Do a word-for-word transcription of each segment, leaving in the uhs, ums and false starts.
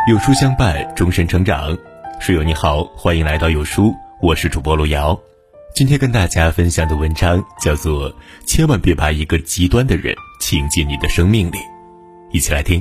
有书相伴，终身成长。书友你好，欢迎来到有书，我是主播路遥。今天跟大家分享的文章叫做千万别把一个极端的人请进你的生命里。一起来听。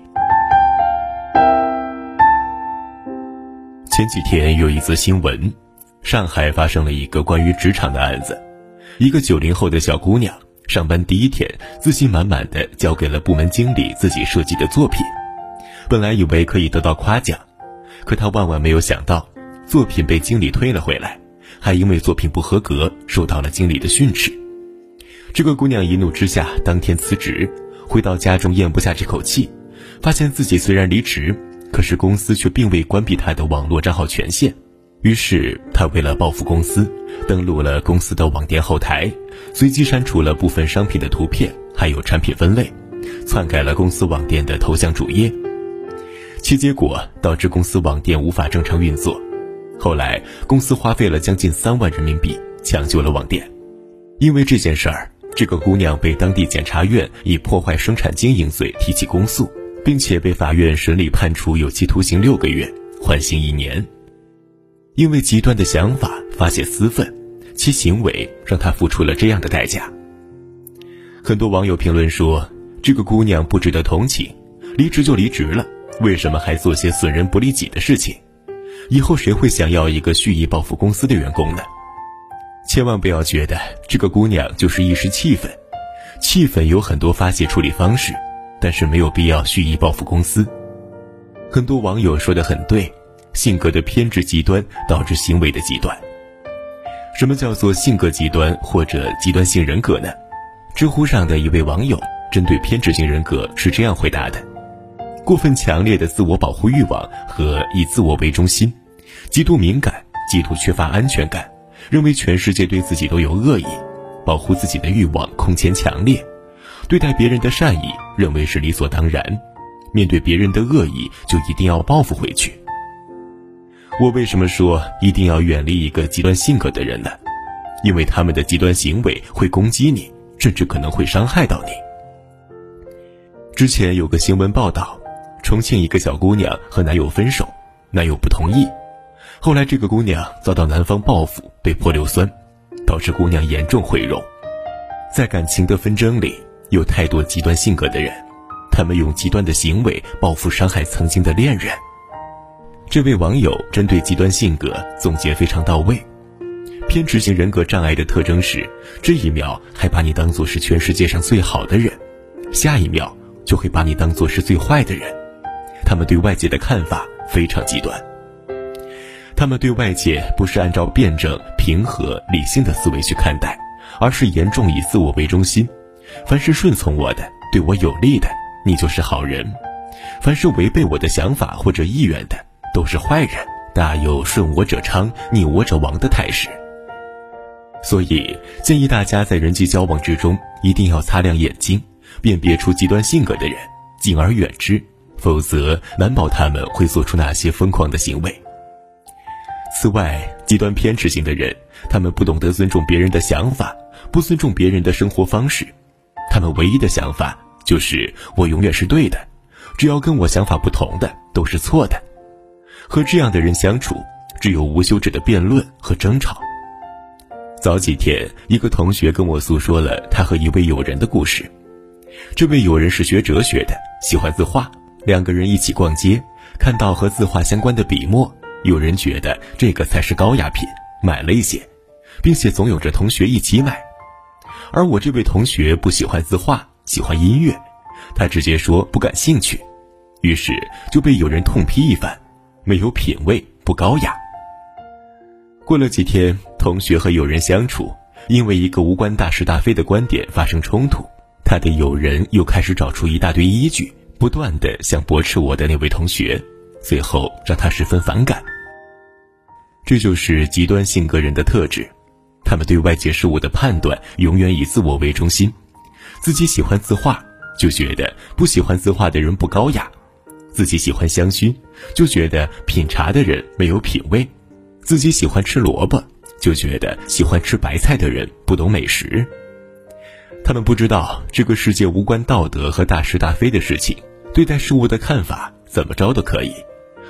前几天有一则新闻，上海发生了一个关于职场的案子。一个九零后的小姑娘上班第一天，自信满满的交给了部门经理自己设计的作品。本来以为可以得到夸奖，可她万万没有想到，作品被经理推了回来，还因为作品不合格受到了经理的训斥。这个姑娘一怒之下当天辞职，回到家中咽不下这口气，发现自己虽然离职，可是公司却并未关闭她的网络账号权限。于是她为了报复公司，登录了公司的网店后台，随机删除了部分商品的图片还有产品分类，篡改了公司网店的头像主页，其结果导致公司网店无法正常运作。后来公司花费了将近三万人民币抢救了网店。因为这件事儿，这个姑娘被当地检察院以破坏生产经营罪提起公诉，并且被法院审理判处有期徒刑六个月，缓刑一年。因为极端的想法发泄私愤，其行为让她付出了这样的代价。很多网友评论说，这个姑娘不值得同情，离职就离职了，为什么还做些损人不利己的事情？以后谁会想要一个蓄意报复公司的员工呢？千万不要觉得这个姑娘就是一时气愤，气愤有很多发泄处理方式，但是没有必要蓄意报复公司。很多网友说得很对，性格的偏执极端导致行为的极端。什么叫做性格极端或者极端性人格呢？知乎上的一位网友针对偏执型人格是这样回答的：过分强烈的自我保护欲望和以自我为中心，极度敏感，极度缺乏安全感，认为全世界对自己都有恶意，保护自己的欲望空前强烈，对待别人的善意认为是理所当然，面对别人的恶意就一定要报复回去。我为什么说一定要远离一个极端性格的人呢？因为他们的极端行为会攻击你，甚至可能会伤害到你。之前有个新闻报道，重庆一个小姑娘和男友分手，男友不同意，后来这个姑娘遭到男方报复，被泼硫酸，导致姑娘严重毁容。在感情的纷争里，有太多极端性格的人，他们用极端的行为报复伤害曾经的恋人。这位网友针对极端性格总结非常到位。偏执型人格障碍的特征是，这一秒还把你当作是全世界上最好的人，下一秒就会把你当作是最坏的人。他们对外界的看法非常极端，他们对外界不是按照辩证、平和、理性的思维去看待，而是严重以自我为中心。凡是顺从我的，对我有利的，你就是好人；凡是违背我的想法或者意愿的，都是坏人，大有顺我者昌，逆我者亡的态势。所以建议大家在人际交往之中一定要擦亮眼睛，辨别出极端性格的人，敬而远之，否则难保他们会做出那些疯狂的行为。此外，极端偏执型的人，他们不懂得尊重别人的想法，不尊重别人的生活方式，他们唯一的想法就是我永远是对的，只要跟我想法不同的都是错的。和这样的人相处，只有无休止的辩论和争吵。早几天，一个同学跟我诉说了他和一位友人的故事。这位友人是学哲学的，喜欢字画，两个人一起逛街，看到和字画相关的笔墨，有人觉得这个才是高雅品，买了一些，并且总有着同学一起买。而我这位同学不喜欢字画，喜欢音乐，他直接说不感兴趣，于是就被有人痛批一番，没有品味，不高雅。过了几天，同学和友人相处，因为一个无关大是大非的观点发生冲突，他的友人又开始找出一大堆依据，不断地想驳斥我的那位同学，最后让他十分反感。这就是极端性格人的特质，他们对外界事物的判断永远以自我为中心，自己喜欢字画，就觉得不喜欢字画的人不高雅；自己喜欢香薰，就觉得品茶的人没有品味；自己喜欢吃萝卜，就觉得喜欢吃白菜的人不懂美食。他们不知道这个世界无关道德和大是大非的事情，对待事物的看法怎么着都可以，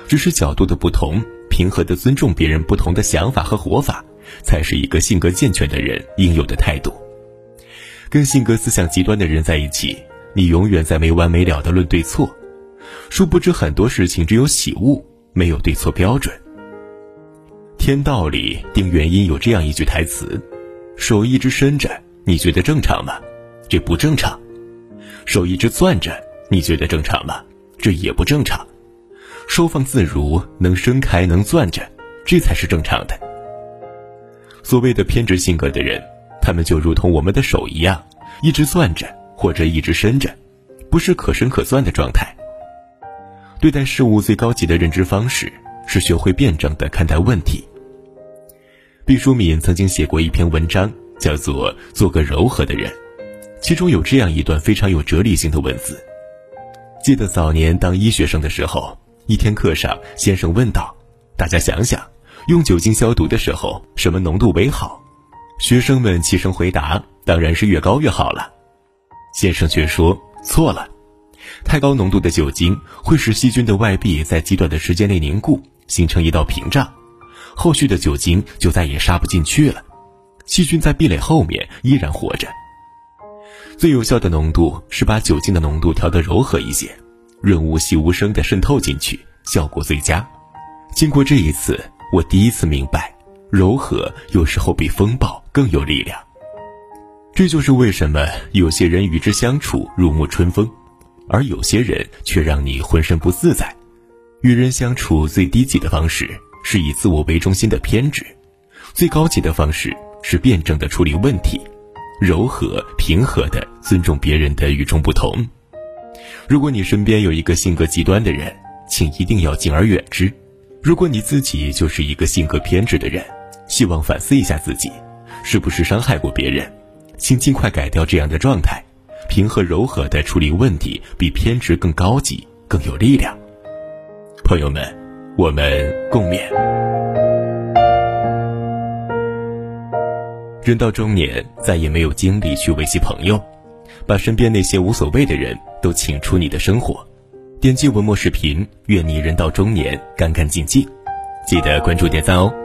只是角度的不同，平和地尊重别人不同的想法和活法，才是一个性格健全的人应有的态度。跟性格思想极端的人在一起，你永远在没完没了地论对错，殊不知很多事情只有喜恶，没有对错标准。天道里丁元英有这样一句台词：手一直伸着，你觉得正常吗？这不正常。手一直攥着，你觉得正常吗？这也不正常。收放自如，能伸开，能攥着，这才是正常的。所谓的偏执性格的人，他们就如同我们的手一样，一直攥着或者一直伸着，不是可伸可攥的状态。对待事物最高级的认知方式是学会辩证地看待问题。毕淑敏曾经写过一篇文章，叫做《做个柔和的人》，其中有这样一段非常有哲理性的文字。记得早年当医学生的时候，一天课上先生问道，大家想想，用酒精消毒的时候什么浓度为好？学生们齐声回答，当然是越高越好了。先生却说错了，太高浓度的酒精会使细菌的外壁在极短的时间内凝固，形成一道屏障，后续的酒精就再也杀不进去了，细菌在壁垒后面依然活着。最有效的浓度是把酒精的浓度调得柔和一些，润物细无声地渗透进去，效果最佳。经过这一次，我第一次明白，柔和有时候比风暴更有力量。这就是为什么有些人与之相处如沐春风，而有些人却让你浑身不自在。与人相处最低级的方式是以自我为中心的偏执，最高级的方式是辩证地处理问题，柔和平和地尊重别人的与众不同。如果你身边有一个性格极端的人，请一定要敬而远之。如果你自己就是一个性格偏执的人，希望反思一下自己，是不是伤害过别人，请尽快改掉这样的状态。平和柔和地处理问题，比偏执更高级，更有力量。朋友们，我们共勉。人到中年，再也没有精力去维系朋友，把身边那些无所谓的人都请出你的生活。点击文末视频，愿你人到中年干干净净。记得关注点赞哦。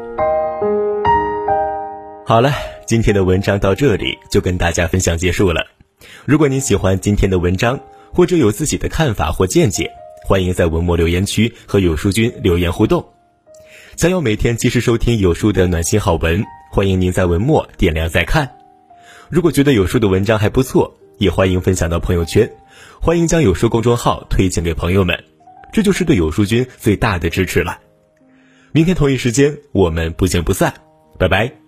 好了，今天的文章到这里就跟大家分享结束了。如果您喜欢今天的文章，或者有自己的看法或见解，欢迎在文末留言区和有书君留言互动。想要每天及时收听有书的暖心好文，欢迎您在文末点亮再看。如果觉得有书的文章还不错，也欢迎分享到朋友圈，欢迎将有书公众号推荐给朋友们，这就是对有书君最大的支持了。明天同一时间我们不见不散，拜拜。